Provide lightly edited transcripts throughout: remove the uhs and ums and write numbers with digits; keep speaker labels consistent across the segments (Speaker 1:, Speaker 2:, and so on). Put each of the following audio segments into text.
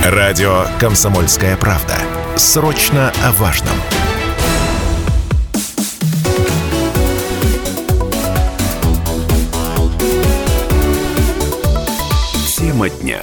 Speaker 1: Радио «Комсомольская правда». Срочно о важном. Тема дня.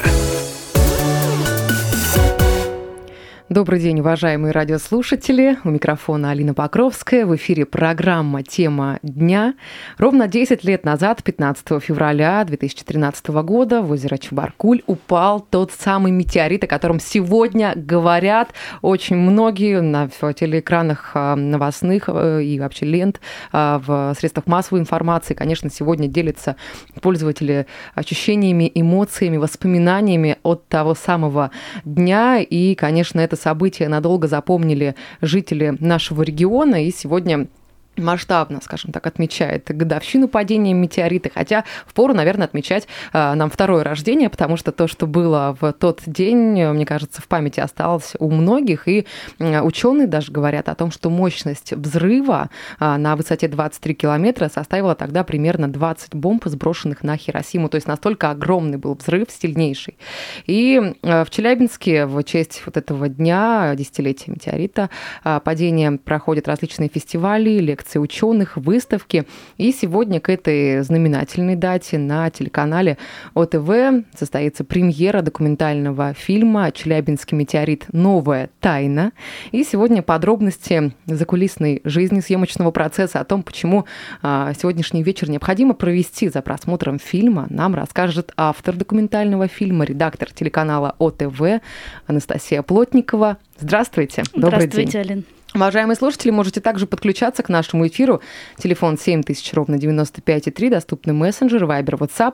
Speaker 2: Добрый день, уважаемые радиослушатели. У микрофона Алина Покровская. В эфире программа «Тема дня». Ровно 10 лет назад, 15 февраля 2013 года, в озеро Чебаркуль упал тот самый метеорит, о котором сегодня говорят очень многие на телеэкранах новостных и вообще лент в средствах массовой информации. Конечно, сегодня делятся пользователи ощущениями, эмоциями, воспоминаниями от того самого дня. И, конечно, это события надолго запомнили жители нашего региона, и сегодня масштабно, скажем так, отмечает годовщину падения метеорита, хотя впору, наверное, отмечать нам второе рождение, потому что то, что было в тот день, мне кажется, в памяти осталось у многих, и ученые даже говорят о том, что мощность взрыва на высоте 23 километра составила тогда примерно 20 бомб, сброшенных на Хиросиму, то есть настолько огромный был взрыв, сильнейший. И в Челябинске в честь вот этого дня, десятилетия метеорита, падения, проходят различные фестивали, лекции ученых, выставки. И сегодня к этой знаменательной дате на телеканале ОТВ состоится премьера документального фильма «Челябинский метеорит. Новая тайна». И сегодня подробности закулисной жизни съемочного процесса, о том, почему сегодняшний вечер необходимо провести за просмотром фильма, нам расскажет автор документального фильма, редактор телеканала ОТВ Анастасия Плотникова. Здравствуйте. Добрый день.
Speaker 3: Здравствуйте, Алин.
Speaker 2: Уважаемые слушатели, можете также подключаться к нашему эфиру. Телефон 7000, ровно 95,3, доступны мессенджеры, Вайбер, WhatsApp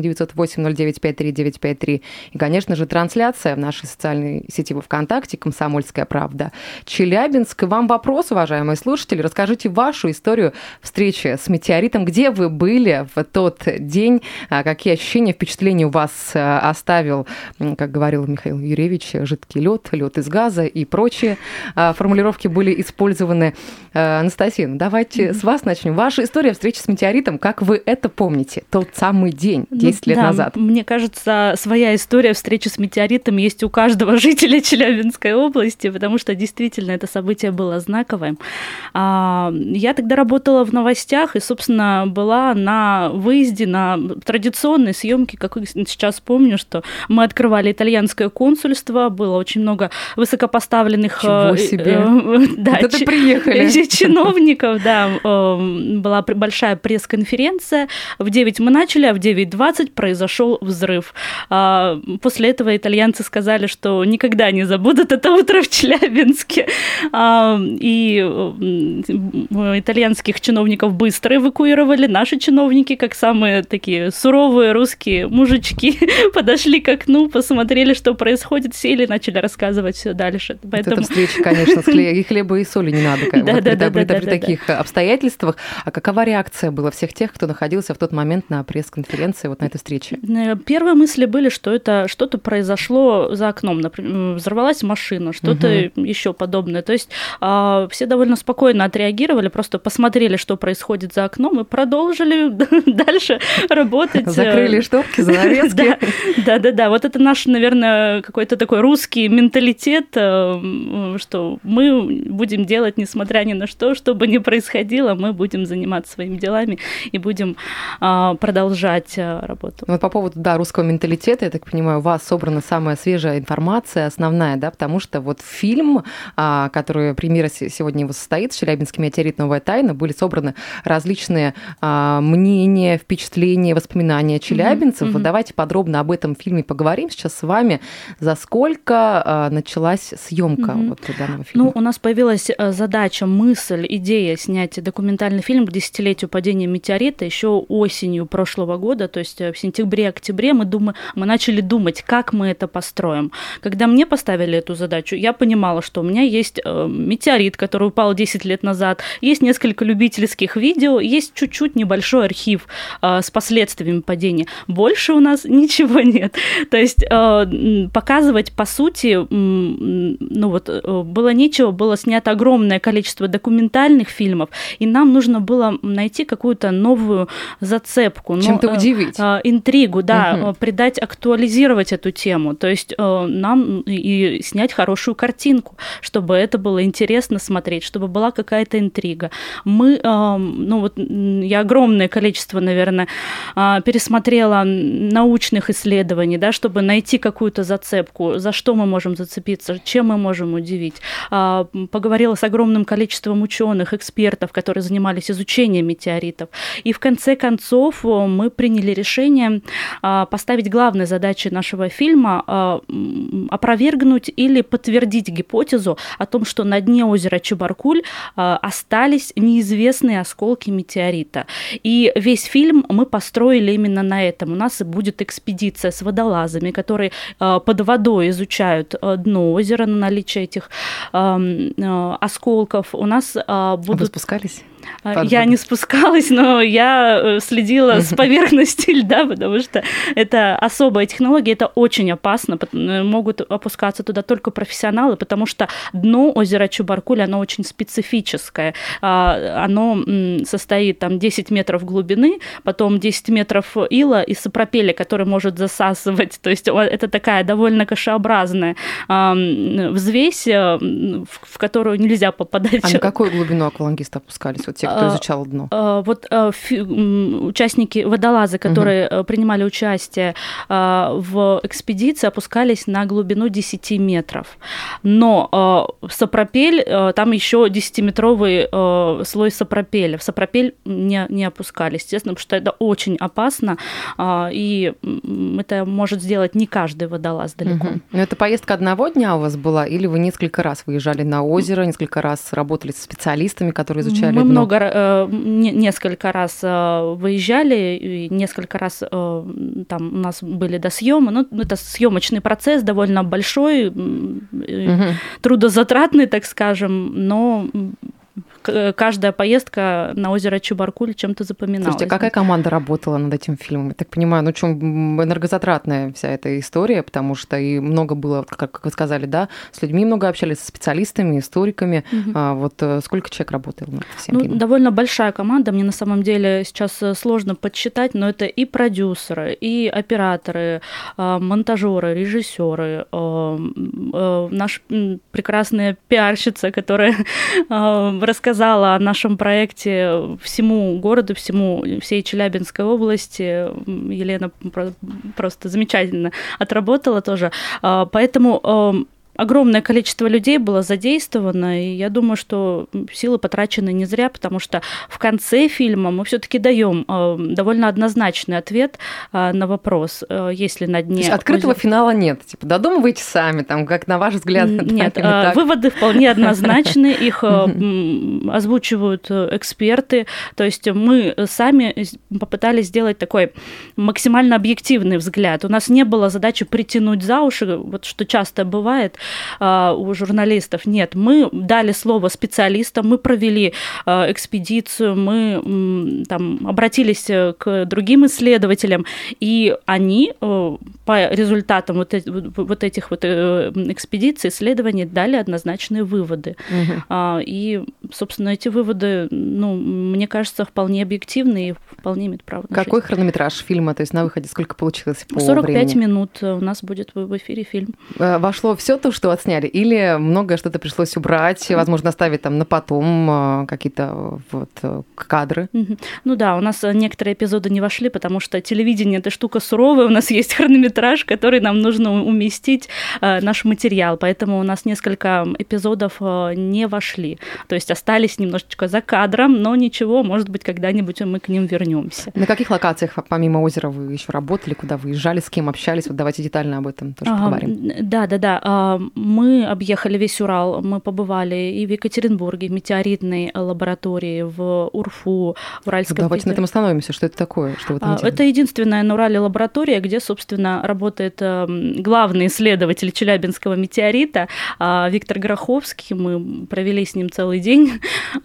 Speaker 2: 8-908-0953-953. И, конечно же, трансляция в нашей социальной сети во ВКонтакте «Комсомольская правда». Челябинск. И вам вопрос, уважаемые слушатели. Расскажите вашу историю встречи с метеоритом. Где вы были в тот день? Какие ощущения, впечатления у вас оставил, как говорил Михаил Юрьевич, жидкий лед, лед из газа и прочие формулировки были использованы. Анастасия, давайте с вас начнем. Ваша история встречи с метеоритом, как вы это помните? Тот самый день, 10 лет назад.
Speaker 3: Мне кажется, своя история встречи с метеоритом есть у каждого жителя Челябинской области, потому что действительно это событие было знаковым. Я тогда работала в новостях и, собственно, была на выезде на традиционной съемке, как сейчас помню, что мы открывали итальянское консульство, было очень много высокопоставленных чиновников, да, была большая пресс-конференция. В 9 мы начали, а в 9:20 произошел взрыв. После этого итальянцы сказали, что никогда не забудут это утро в Челябинске. И итальянских чиновников быстро эвакуировали. Наши чиновники, как самые такие суровые русские мужички, подошли к окну, посмотрели, что происходит, сели и начали рассказывать все дальше.
Speaker 2: Поэтому... Это встреча, конечно, и хлеба, и соли не надо при таких обстоятельствах. А какова реакция была всех тех, кто находился в тот момент на пресс-конференции, вот на этой встрече?
Speaker 3: Первые мысли были, что это что-то произошло за окном, например, взорвалась машина, что-то еще подобное. То есть все довольно спокойно отреагировали, просто посмотрели, что происходит за окном, и продолжили дальше работать.
Speaker 2: Закрыли шторки, занавески.
Speaker 3: Да. Вот это наш, наверное, какой-то такой русский менталитет, что мы будем делать, несмотря ни на что бы ни происходило, мы будем заниматься своими делами и будем продолжать работу.
Speaker 2: Вот по поводу, русского менталитета, я так понимаю, у вас собрана самая свежая информация, основная, да, потому что вот фильм, который премьера сегодня его состоит, «Челябинский метеорит. Новая тайна», были собраны различные мнения, впечатления, воспоминания челябинцев. Вот давайте подробно об этом фильме поговорим сейчас с вами. За сколько началась съемка данного фильма?
Speaker 3: У нас появилась задача, мысль, идея снять документальный фильм к десятилетию падения метеорита еще осенью прошлого года, то есть в сентябре-октябре мы начали думать, как мы это построим. Когда мне поставили эту задачу, я понимала, что у меня есть метеорит, который упал 10 лет назад, есть несколько любительских видео, есть чуть-чуть небольшой архив с последствиями падения. Больше у нас ничего нет. То есть показывать, по сути, было нечего, было снять снято огромное количество документальных фильмов, и нам нужно было найти какую-то новую зацепку.
Speaker 2: Чем-то удивить.
Speaker 3: Интригу, да, придать, актуализировать эту тему. То есть нам и снять хорошую картинку, чтобы это было интересно смотреть, чтобы была какая-то интрига. Я огромное количество, наверное, пересмотрела научных исследований, да, чтобы найти какую-то зацепку, за что мы можем зацепиться, чем мы можем удивить. Поговорила с огромным количеством ученых, экспертов, которые занимались изучением метеоритов. И в конце концов мы приняли решение поставить главной задачей нашего фильма опровергнуть или подтвердить гипотезу о том, что на дне озера Чебаркуль остались неизвестные осколки метеорита. И весь фильм мы построили именно на этом. У нас будет экспедиция с водолазами, которые под водой изучают дно озера на наличие этих осколков. У нас будут...
Speaker 2: Вы спускались?
Speaker 3: Я не спускалась, но я следила с поверхности льда, потому что это особая технология, это очень опасно. Могут опускаться туда только профессионалы, потому что дно озера Чебаркуль, оно очень специфическое. Оно состоит там 10 метров глубины, потом 10 метров ила и сапропеля, который может засасывать. То есть это такая довольно кашеобразная взвесь, в которую нельзя попадать.
Speaker 2: А на какую глубину аквалангисты опускались? Вот те, кто изучал дно?
Speaker 3: Участники, водолазы, которые принимали участие в экспедиции, опускались на глубину 10 метров. Но сапропель, там еще 10-метровый слой сапропеля. В сапропель не опускались, естественно, потому что это очень опасно, и это может сделать не каждый водолаз далеко.
Speaker 2: Но это поездка одного дня у вас была, или вы несколько раз выезжали на озеро, несколько раз работали с специалистами, которые изучали дно?
Speaker 3: Несколько раз выезжали, и несколько раз там у нас были досъемы. Ну, это съемочный процесс довольно большой, трудозатратный, так скажем, но каждая поездка на озеро Чебаркуль чем-то запоминалась.
Speaker 2: Слушайте, а какая команда работала над этим фильмом? Я так понимаю, энергозатратная вся эта история, потому что и много было, как вы сказали, да, с людьми много общались, со специалистами, историками. Вот сколько человек работало над всем фильмом?
Speaker 3: Довольно большая команда. Мне на самом деле сейчас сложно подсчитать, но это и продюсеры, и операторы, монтажеры, режиссеры, наша прекрасная пиарщица, которая рассказала о нашем проекте всему городу, всей Челябинской области. Елена просто замечательно отработала тоже. Поэтому огромное количество людей было задействовано, и я думаю, что силы потрачены не зря, потому что в конце фильма мы все-таки даем довольно однозначный ответ на вопрос, есть ли на дне...
Speaker 2: То есть открытого финала нет? Типа додумывайте сами, там, как на ваш взгляд?
Speaker 3: Нет, выводы вполне однозначны, их озвучивают эксперты, то есть мы сами попытались сделать такой максимально объективный взгляд. У нас не было задачи притянуть за уши, вот что часто бывает у журналистов. Нет, мы дали слово специалистам, мы провели экспедицию, мы там обратились к другим исследователям, и они по результатам вот этих экспедиций, исследований дали однозначные выводы. И, собственно, эти выводы, мне кажется, вполне объективны и вполне имеют право на жизнь.
Speaker 2: Какой хронометраж фильма? То есть на выходе сколько получилось по
Speaker 3: 45
Speaker 2: времени?
Speaker 3: минут у нас будет в эфире фильм.
Speaker 2: Вошло все то, что отсняли? Или многое что-то пришлось убрать, возможно, оставить там на потом какие-то кадры?
Speaker 3: Ну да, у нас некоторые эпизоды не вошли, потому что телевидение – это штука суровая, у нас есть хронометраж, который нам нужно уместить наш материал, поэтому у нас несколько эпизодов не вошли, то есть остались немножечко за кадром, но ничего, может быть, когда-нибудь мы к ним вернемся.
Speaker 2: На каких локациях помимо озера вы еще работали, куда выезжали, с кем общались? Вот давайте детально об этом тоже поговорим.
Speaker 3: Да. Мы объехали весь Урал, мы побывали и в Екатеринбурге, в метеоритной лаборатории, в УРФУ, в Уральском...
Speaker 2: Давайте на этом остановимся. Что это такое? Что вы там делаете?
Speaker 3: Это единственная на Урале лаборатория, где, собственно, работает главный исследователь челябинского метеорита Виктор Гроховский. Мы провели с ним целый день,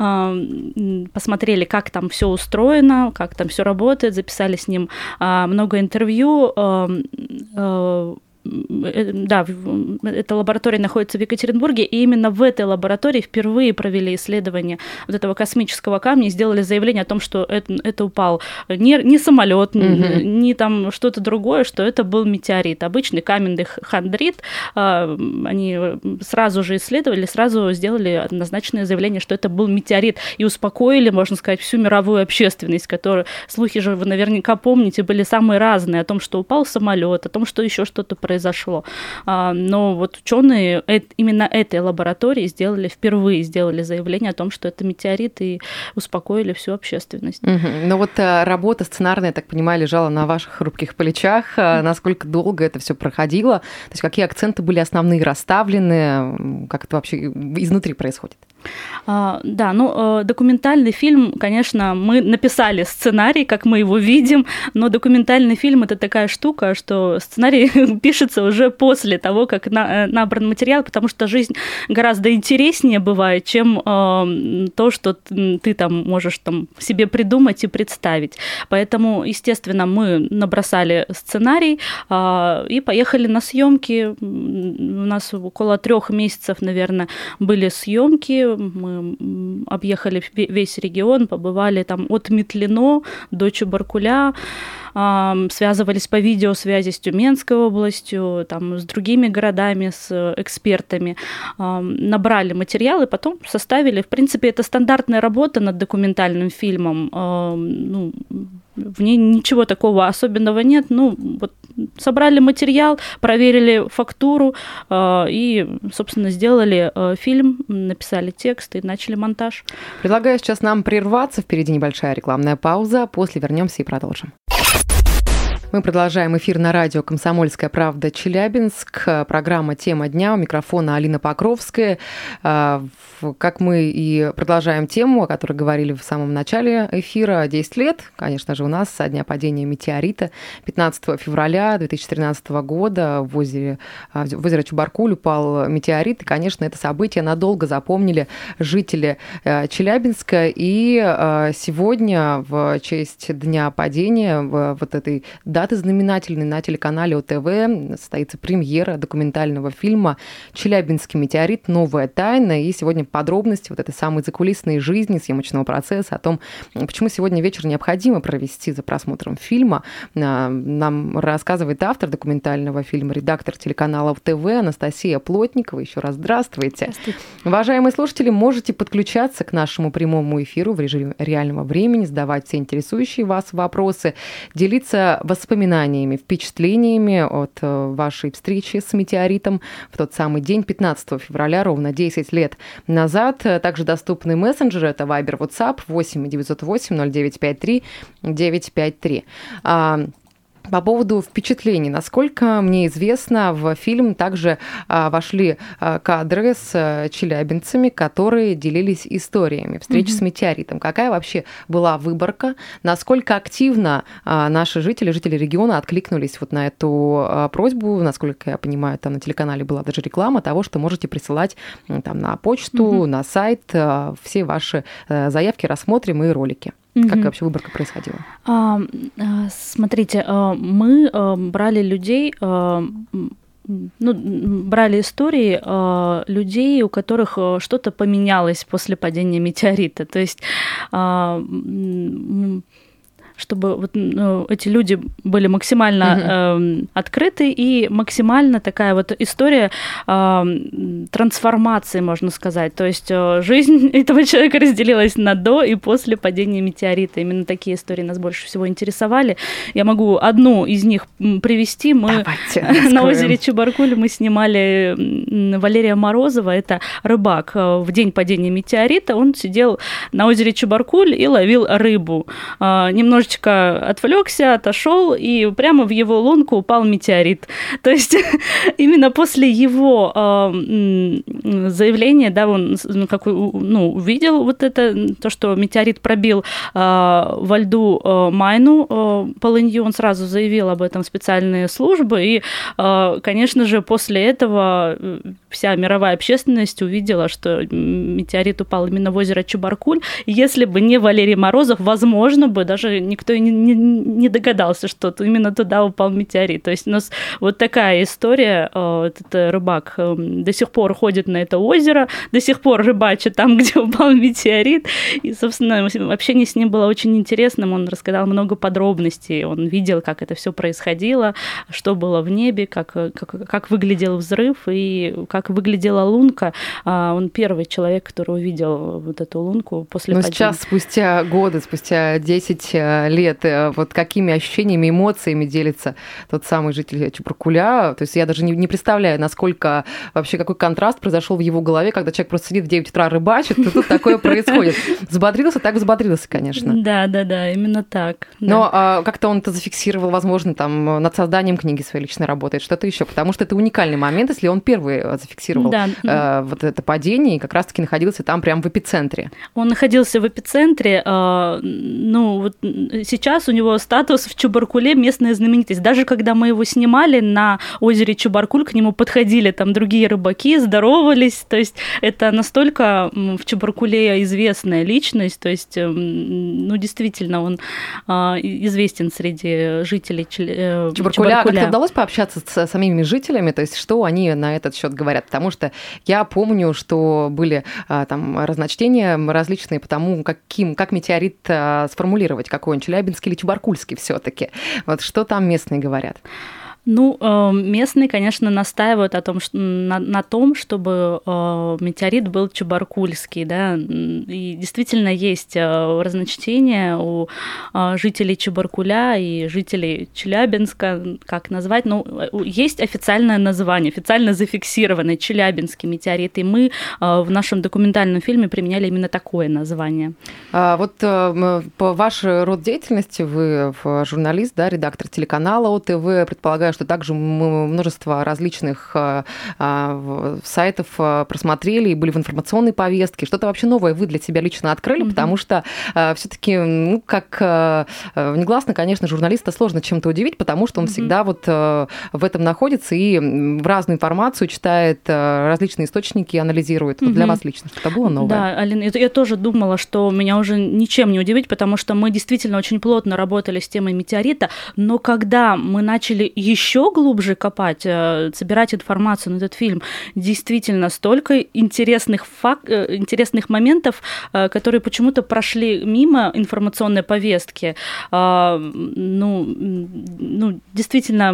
Speaker 3: посмотрели, как там все устроено, как там все работает, записали с ним много интервью. да, эта лаборатория находится в Екатеринбурге, и именно в этой лаборатории впервые провели исследование вот этого космического камня и сделали заявление о том, что это упал не самолет, не там что-то другое, что это был метеорит, обычный каменный хондрит. Они сразу же исследовали, сразу сделали однозначное заявление, что это был метеорит, и успокоили, можно сказать, всю мировую общественность, которую, слухи же вы наверняка помните, были самые разные о том, что упал самолет, о том, что еще что-то произошло. Но вот ученые именно этой лаборатории впервые сделали заявление о том, что это метеорит, и успокоили всю общественность.
Speaker 2: Но вот работа сценарная, я так понимаю, лежала на ваших хрупких плечах. Насколько долго это все проходило? То есть какие акценты были основные расставлены? Как это вообще изнутри происходит?
Speaker 3: Да, документальный фильм, конечно, мы написали сценарий, как мы его видим, но документальный фильм — это такая штука, что сценарий пишется уже после того, как набран материал, потому что жизнь гораздо интереснее бывает, чем то, что ты там можешь там себе придумать и представить. Поэтому, естественно, мы набросали сценарий и поехали на съемки. У нас около 3 месяцев, наверное, были съемки. Мы объехали весь регион, побывали там от Метлино до Чебаркуля, связывались по видеосвязи с Тюменской областью, там, с другими городами, с экспертами, набрали материалы, потом составили. В принципе, это стандартная работа над документальным фильмом. В ней ничего такого особенного нет. Вот собрали материал, проверили фактуру и, собственно, сделали фильм, написали текст и начали монтаж.
Speaker 2: Предлагаю сейчас нам прерваться. Впереди небольшая рекламная пауза. После вернемся и продолжим. Мы продолжаем эфир на радио «Комсомольская правда» Челябинск. Программа «Тема дня». У микрофона Алина Покровская. Как мы и продолжаем тему, о которой говорили в самом начале эфира. 10 лет, конечно же, у нас со дня падения метеорита. 15 февраля 2013 года в озере Чебаркуль упал метеорит. И, конечно, это событие надолго запомнили жители Челябинска. И сегодня в честь дня падения вот этой даты знаменательной на телеканале ОТВ состоится премьера документального фильма «Челябинский метеорит. Новая тайна». И сегодня подробности вот этой самой закулисной жизни, съемочного процесса, о том, почему сегодня вечер необходимо провести за просмотром фильма. Нам рассказывает автор документального фильма, редактор телеканала ОТВ Анастасия Плотникова. Еще раз здравствуйте.
Speaker 3: Здравствуйте.
Speaker 2: Уважаемые слушатели, можете подключаться к нашему прямому эфиру в режиме реального времени, задавать все интересующие вас вопросы, делиться воспоминаниями, впечатлениями от вашей встречи с метеоритом в тот самый день, 15 февраля, ровно 10 лет назад. Также доступны мессенджеры, это Viber, WhatsApp 8 908 0953 953. По поводу впечатлений. Насколько мне известно, в фильм также вошли кадры с челябинцами, которые делились историями встречи с метеоритом. Какая вообще была выборка? Насколько активно наши жители региона откликнулись вот на эту просьбу? Насколько я понимаю, там на телеканале была даже реклама того, что можете присылать там на почту, на сайт. Все ваши заявки рассмотрим и ролики. Как вообще выборка происходила?
Speaker 3: Смотрите, мы брали людей, брали истории людей, у которых что-то поменялось после падения метеорита. То есть чтобы вот, эти люди были максимально открыты, и максимально такая вот история трансформации, можно сказать. То есть жизнь этого человека разделилась на до и после падения метеорита. Именно такие истории нас больше всего интересовали. Я могу одну из них привести. Мы на озере Чебаркуль мы снимали Валерия Морозова, это рыбак. В день падения метеорита он сидел на озере Чебаркуль и ловил рыбу. Немножечко отвлекся, отошел, и прямо в его лунку упал метеорит. То есть именно после его заявления, да, он увидел вот это, то, что метеорит пробил во льду майну полынью, он сразу заявил об этом в специальные службы, и, конечно же, после этого вся мировая общественность увидела, что метеорит упал именно в озеро Чебаркуль. Если бы не Валерий Морозов, возможно бы даже никто и не догадался, что именно туда упал метеорит. То есть у нас вот такая история. Этот рыбак до сих пор ходит на это озеро, до сих пор рыбачит там, где упал метеорит. И, собственно, общение с ним было очень интересным. Он рассказал много подробностей. Он видел, как это все происходило, что было в небе, как выглядел взрыв и как выглядела лунка. Он первый человек, который увидел вот эту лунку после падения.
Speaker 2: Но сейчас, спустя годы, спустя 10 лет, вот какими ощущениями, эмоциями делится тот самый житель Чебаркуля? То есть я даже не представляю, насколько вообще какой контраст произошел в его голове, когда человек просто сидит в 9 утра рыбачит, и тут такое происходит. Взбодрился, так взбодрился, конечно.
Speaker 3: Да, именно так.
Speaker 2: Но как-то он это зафиксировал, возможно, там над созданием книги своей личной работает, что-то еще, потому что это уникальный момент, если он первый зафиксировал вот это падение и как раз-таки находился там прямо в эпицентре.
Speaker 3: Он находился в эпицентре. Ну, вот сейчас у него статус в Чебаркуле местная знаменитость. Даже когда мы его снимали на озере Чебаркуль, к нему подходили там другие рыбаки, здоровались. То есть это настолько в Чебаркуле известная личность. То есть, ну, действительно, он известен среди жителей Чебаркуля.
Speaker 2: Как-то удалось пообщаться с самими жителями? То есть что они на этот счет говорят? Потому что я помню, что были там разночтения различные по тому, как метеорит сформулировать, какой он, челябинский или чебаркульский все-таки. Вот что там местные говорят?
Speaker 3: Ну, местные, конечно, настаивают на том, чтобы метеорит был чебаркульский, да, и действительно есть разночтения у жителей Чебаркуля и жителей Челябинска, как назвать, ну, есть официальное название, официально зафиксированное челябинский метеорит, и мы в нашем документальном фильме применяли именно такое название.
Speaker 2: Вот по вашей род деятельности, вы журналист, да, редактор телеканала ОТВ, предполагаю, что также множество различных сайтов просмотрели и были в информационной повестке. Что-то вообще новое вы для себя лично открыли, потому что все-таки, ну, как негласно, конечно, журналиста сложно чем-то удивить, потому что он всегда вот в этом находится и в разную информацию читает, различные источники анализирует. Вот для вас лично что-то было новое?
Speaker 3: Да, Алина, я тоже думала, что меня уже ничем не удивить, потому что мы действительно очень плотно работали с темой метеорита, но когда мы начали еще глубже копать, собирать информацию на этот фильм, действительно столько интересных моментов, которые почему-то прошли мимо информационной повестки. Ну, действительно,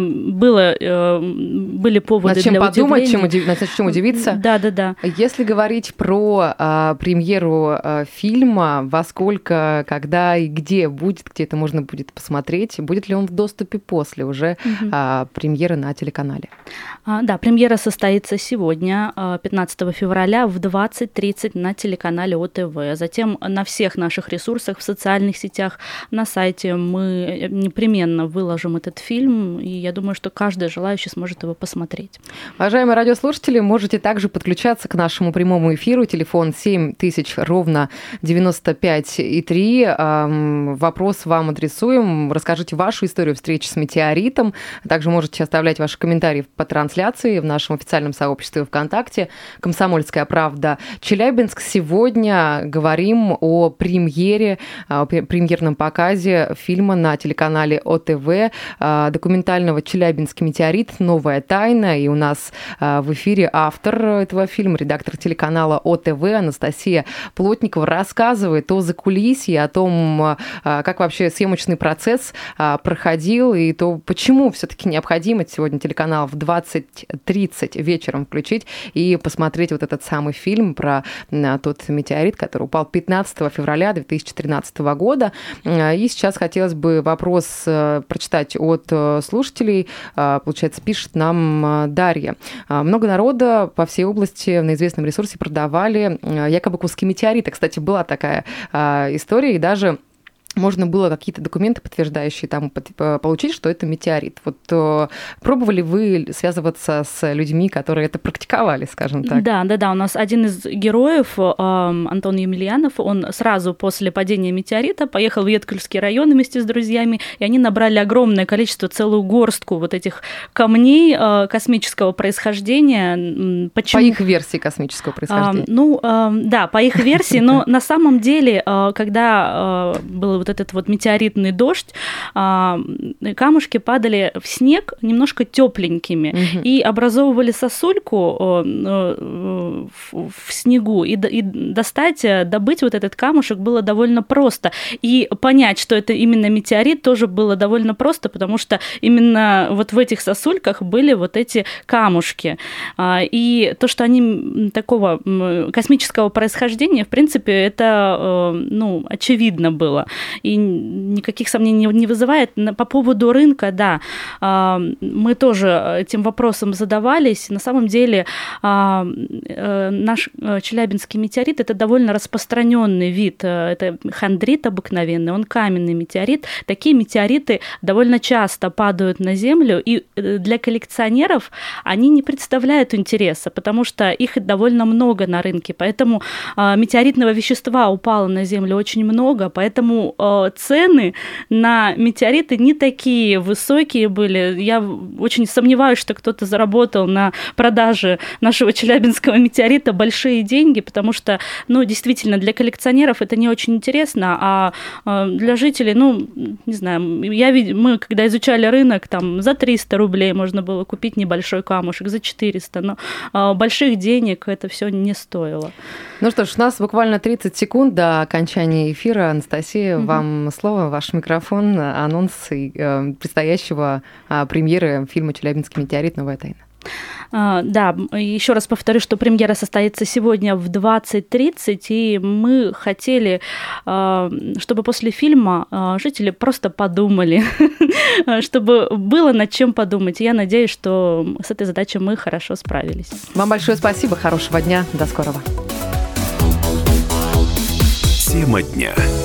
Speaker 3: были поводы для удивления.
Speaker 2: Над чем удивиться.
Speaker 3: Да.
Speaker 2: Если говорить про премьеру фильма, во сколько, когда и где это можно будет посмотреть, будет ли он в доступе после уже премьеры на телеканале?
Speaker 3: Да, премьера состоится сегодня, 15 февраля в 20:30 на телеканале ОТВ. Затем на всех наших ресурсах, в социальных сетях, на сайте мы непременно выложим этот фильм, и я думаю, что каждый желающий сможет его посмотреть.
Speaker 2: Уважаемые радиослушатели, можете также подключаться к нашему прямому эфиру. Телефон 7000 ровно 95,3. Вопрос вам адресуем. Расскажите вашу историю встречи с метеоритом. Также можете оставлять ваши комментарии по трансляции в нашем официальном сообществе ВКонтакте «Комсомольская правда Челябинск». Сегодня говорим о премьерном показе фильма на телеканале ОТВ, документального «Челябинский метеорит. Новая тайна». И у нас в эфире автор этого фильма, редактор телеканала ОТВ Анастасия Плотникова рассказывает о закулисье, о том, как вообще съемочный процесс проходил, и то, почему все-таки необходимо сегодня телеканал в 20:30 вечером включить и посмотреть вот этот самый фильм про тот метеорит, который упал 15 февраля 2013 года. И сейчас хотелось бы вопрос прочитать от слушателей. Получается, пишет нам Дарья. Много народа по всей области на известном ресурсе продавали якобы куски метеорита. Кстати, была такая история, и даже можно было какие-то документы, подтверждающие там, получить, что это метеорит. Вот пробовали вы связываться с людьми, которые это практиковали, скажем так?
Speaker 3: Да. У нас один из героев, Антон Емельянов, он сразу после падения метеорита поехал в Еткальский район вместе с друзьями, и они набрали огромное количество, целую горстку вот этих камней космического происхождения.
Speaker 2: Почему? По их версии космического происхождения.
Speaker 3: Да, по их версии, но на самом деле, когда был вот этот вот метеоритный дождь, камушки падали в снег немножко тепленькими и образовывали сосульку в снегу, и добыть вот этот камушек было довольно просто. И понять, что это именно метеорит, тоже было довольно просто, потому что именно вот в этих сосульках были вот эти камушки. И то, что они такого космического происхождения, в принципе, это, очевидно было. И никаких сомнений не вызывает. По поводу рынка, да, мы тоже этим вопросом задавались. На самом деле наш челябинский метеорит – это довольно распространенный вид. Это хондрит обыкновенный, он каменный метеорит. Такие метеориты довольно часто падают на Землю, и для коллекционеров они не представляют интереса, потому что их довольно много на рынке. Поэтому метеоритного вещества упало на Землю очень много, поэтому цены на метеориты не такие высокие были. Я очень сомневаюсь, что кто-то заработал на продаже нашего челябинского метеорита большие деньги, потому что, действительно, для коллекционеров это не очень интересно, а для жителей, не знаю, мы когда изучали рынок, там за 300 рублей можно было купить небольшой камушек, за 400, но больших денег это все не стоило.
Speaker 2: Ну что ж, у нас буквально 30 секунд до окончания эфира. Анастасия, вам слово, ваш микрофон, анонс предстоящего премьеры фильма «Челябинский метеорит. Новая тайна».
Speaker 3: Да, еще раз повторю, что премьера состоится сегодня в 20:30, и мы хотели, чтобы после фильма жители просто подумали, чтобы было над чем подумать. И я надеюсь, что с этой задачей мы хорошо справились.
Speaker 2: Вам большое спасибо, хорошего дня, до скорого.
Speaker 1: Тема дня.